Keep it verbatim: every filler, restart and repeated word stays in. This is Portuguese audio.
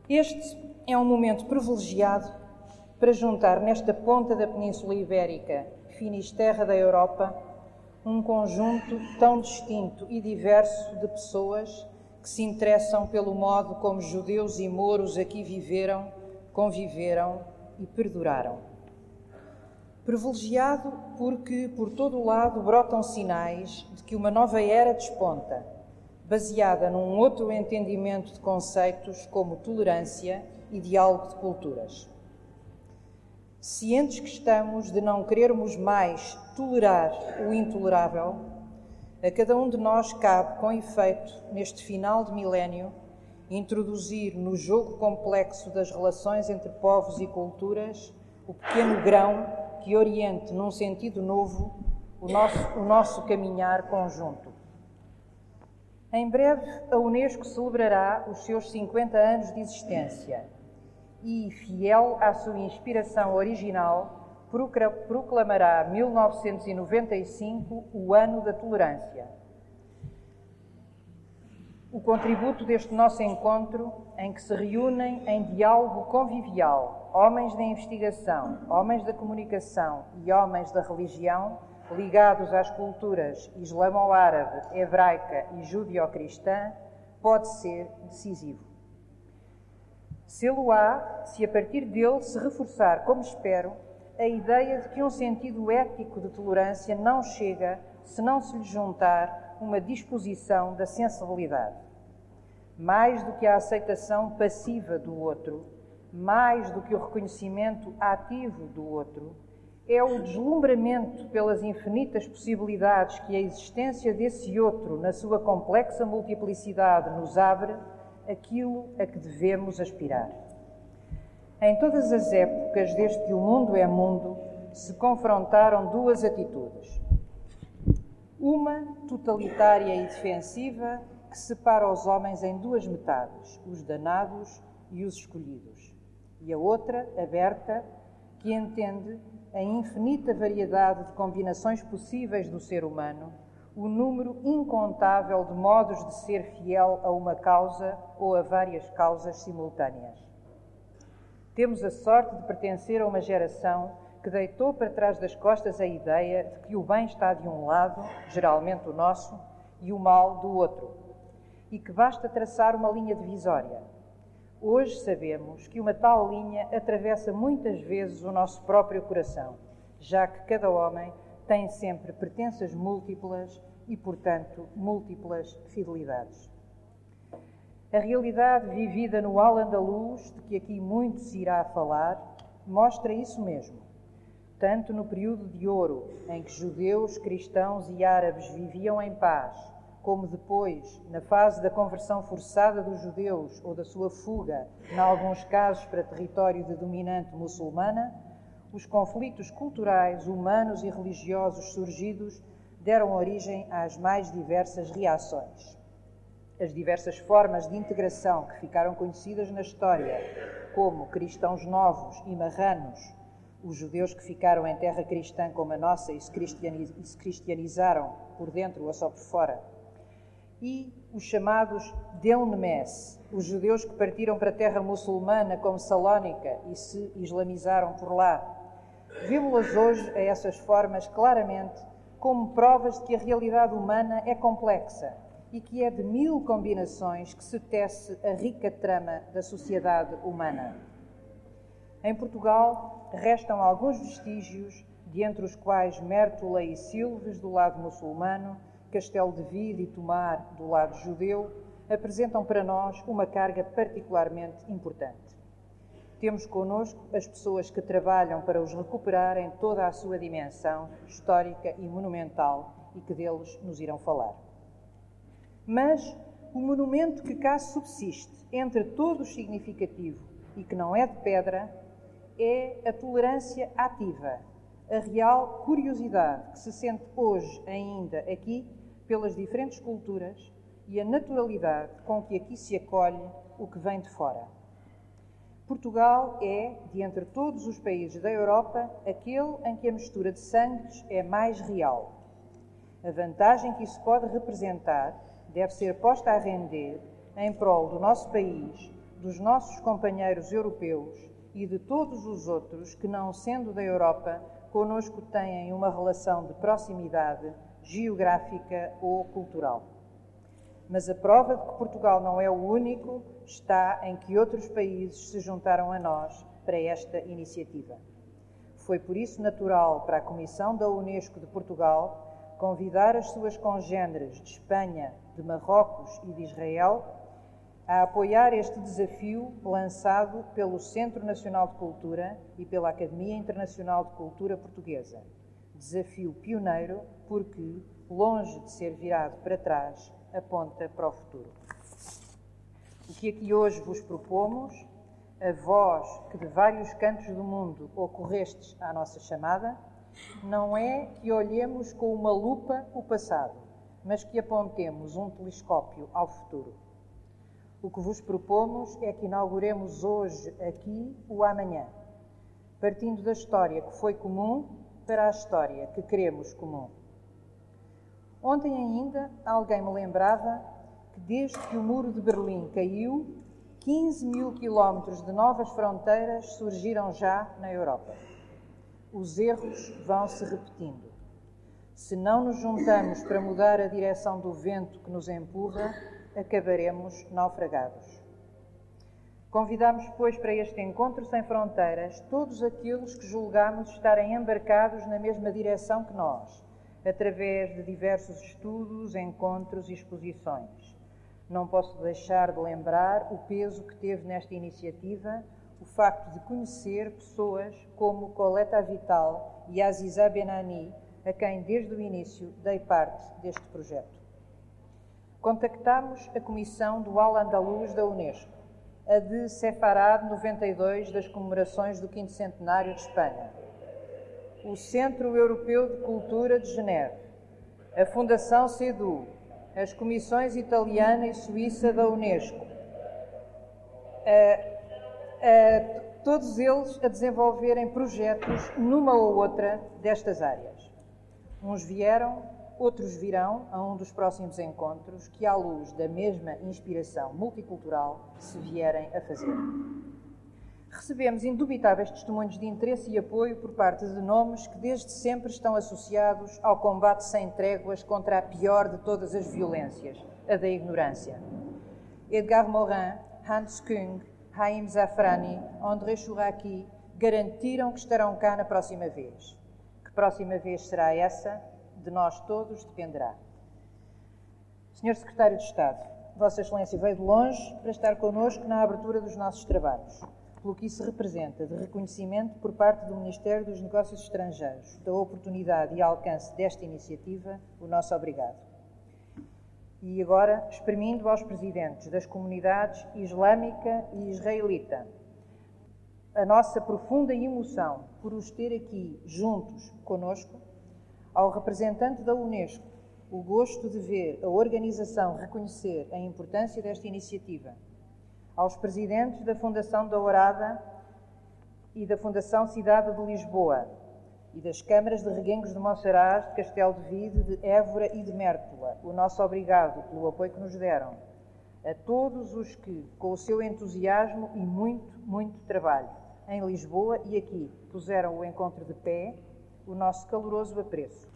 Este é um momento privilegiado para juntar nesta ponta da Península Ibérica, Finisterra da Europa, um conjunto tão distinto e diverso de pessoas que se interessam pelo modo como judeus e mouros aqui viveram, conviveram e perduraram. Privilegiado porque, por todo o lado, brotam sinais de que uma nova era desponta, baseada num outro entendimento de conceitos como tolerância e diálogo de culturas. Cientes que estamos de não querermos mais tolerar o intolerável, a cada um de nós cabe, com efeito, neste final de milénio, introduzir no jogo complexo das relações entre povos e culturas o pequeno grão que oriente, num sentido novo, o nosso, o nosso caminhar conjunto. Em breve, a Unesco celebrará os seus cinquenta anos de existência e, fiel à sua inspiração original, proclamará mil novecentos e noventa e cinco o Ano da Tolerância. O contributo deste nosso encontro, em que se reúnem em diálogo convivial homens da investigação, homens da comunicação e homens da religião, ligados às culturas islamo-árabe, hebraica e judeo-cristã, pode ser decisivo. Sê-lo-á se a partir dele se reforçar, como espero, a ideia de que um sentido ético de tolerância não chega se não se lhe juntar uma disposição da sensibilidade. Mais do que a aceitação passiva do outro, mais do que o reconhecimento ativo do outro, é o deslumbramento pelas infinitas possibilidades que a existência desse outro, na sua complexa multiplicidade, nos abre, aquilo a que devemos aspirar. Em todas as épocas, desde que o mundo é mundo, se confrontaram duas atitudes. Uma totalitária e defensiva que separa os homens em duas metades, os danados e os escolhidos. E a outra, aberta, que entende a infinita variedade de combinações possíveis do ser humano, o número incontável de modos de ser fiel a uma causa ou a várias causas simultâneas. Temos a sorte de pertencer a uma geração que deitou para trás das costas a ideia de que o bem está de um lado, geralmente o nosso, e o mal do outro, e que basta traçar uma linha divisória. Hoje sabemos que uma tal linha atravessa muitas vezes o nosso próprio coração, já que cada homem tem sempre pertenças múltiplas e, portanto, múltiplas fidelidades. A realidade vivida no Al-Andalus, de que aqui muito se irá falar, mostra isso mesmo. Tanto no período de ouro, em que judeus, cristãos e árabes viviam em paz, como depois, na fase da conversão forçada dos judeus ou da sua fuga, em alguns casos para território de dominante muçulmana, os conflitos culturais, humanos e religiosos surgidos deram origem às mais diversas reações. As diversas formas de integração que ficaram conhecidas na história, como cristãos novos e marranos, os judeus que ficaram em terra cristã como a nossa e se, cristianiz- e se cristianizaram por dentro ou só por fora, e os chamados Delnemes, os judeus que partiram para a terra muçulmana como Salónica e se islamizaram por lá. Vemo-las hoje, a essas formas, claramente como provas de que a realidade humana é complexa e que é de mil combinações que se tece a rica trama da sociedade humana. Em Portugal, restam alguns vestígios, de entre os quais Mértola e Silves, do lado muçulmano, Castelo de Vide e Tomar, do lado judeu, apresentam para nós uma carga particularmente importante. Temos connosco as pessoas que trabalham para os recuperar em toda a sua dimensão histórica e monumental e que deles nos irão falar. Mas o monumento que cá subsiste, entre todos significativo e que não é de pedra, é a tolerância ativa, a real curiosidade que se sente hoje ainda aqui pelas diferentes culturas e a naturalidade com que aqui se acolhe o que vem de fora. Portugal é, de entre todos os países da Europa, aquele em que a mistura de sangues é mais real. A vantagem que isso pode representar deve ser posta a render em prol do nosso país, dos nossos companheiros europeus e de todos os outros que, não sendo da Europa, conosco têm uma relação de proximidade geográfica ou cultural. Mas a prova de que Portugal não é o único está em que outros países se juntaram a nós para esta iniciativa. Foi por isso natural para a Comissão da Unesco de Portugal convidar as suas congêneres de Espanha, de Marrocos e de Israel a apoiar este desafio lançado pelo Centro Nacional de Cultura e pela Academia Internacional de Cultura Portuguesa. Desafio pioneiro porque, longe de ser virado para trás, aponta para o futuro. O que aqui hoje vos propomos, a vós que de vários cantos do mundo ocorrestes à nossa chamada, não é que olhemos com uma lupa o passado, mas que apontemos um telescópio ao futuro. O que vos propomos é que inauguremos hoje, aqui, o amanhã, partindo da história que foi comum para a história que queremos comum. Ontem ainda alguém me lembrava que desde que o muro de Berlim caiu, quinze mil quilómetros de novas fronteiras surgiram já na Europa. Os erros vão se repetindo. Se não nos juntamos para mudar a direção do vento que nos empurra, acabaremos naufragados. Convidamos, pois, para este encontro sem fronteiras todos aqueles que julgamos estarem embarcados na mesma direção que nós, através de diversos estudos, encontros e exposições. Não posso deixar de lembrar o peso que teve nesta iniciativa o facto de conhecer pessoas como Colette Avital e Aziza Benani, a quem desde o início dei parte deste projeto. Contactámos a Comissão do Al-Andalus da Unesco, a de Sefarad noventa e dois das comemorações do quinto centenário de Espanha, o Centro Europeu de Cultura de Geneve, a Fundação CEDU, as comissões italiana e suíça da Unesco, a, a, todos eles a desenvolverem projetos numa ou outra destas áreas. Uns vieram, outros virão a um dos próximos encontros que, à luz da mesma inspiração multicultural, se vierem a fazer. Recebemos indubitáveis testemunhos de interesse e apoio por parte de nomes que desde sempre estão associados ao combate sem tréguas contra a pior de todas as violências, a da ignorância. Edgar Morin, Hans Küng, Haim Zafrani, André Chouraki garantiram que estarão cá na próxima vez. Que próxima vez será essa? De nós todos dependerá. senhor Secretário de Estado, Vossa Excelência veio de longe para estar connosco na abertura dos nossos trabalhos, pelo que isso representa de reconhecimento por parte do Ministério dos Negócios Estrangeiros da oportunidade e alcance desta iniciativa, o nosso obrigado. E agora, exprimindo aos presidentes das comunidades islâmica e israelita a nossa profunda emoção por os ter aqui juntos conosco, ao representante da Unesco, o gosto de ver a organização reconhecer a importância desta iniciativa, aos presidentes da Fundação da Orada e da Fundação Cidade de Lisboa e das câmaras de Reguengos de Monsaraz, de Castelo de Vide, de Évora e de Mértola, o nosso obrigado pelo apoio que nos deram, a todos os que, com o seu entusiasmo e muito, muito trabalho, em Lisboa e aqui, puseram o encontro de pé, o nosso caloroso apreço.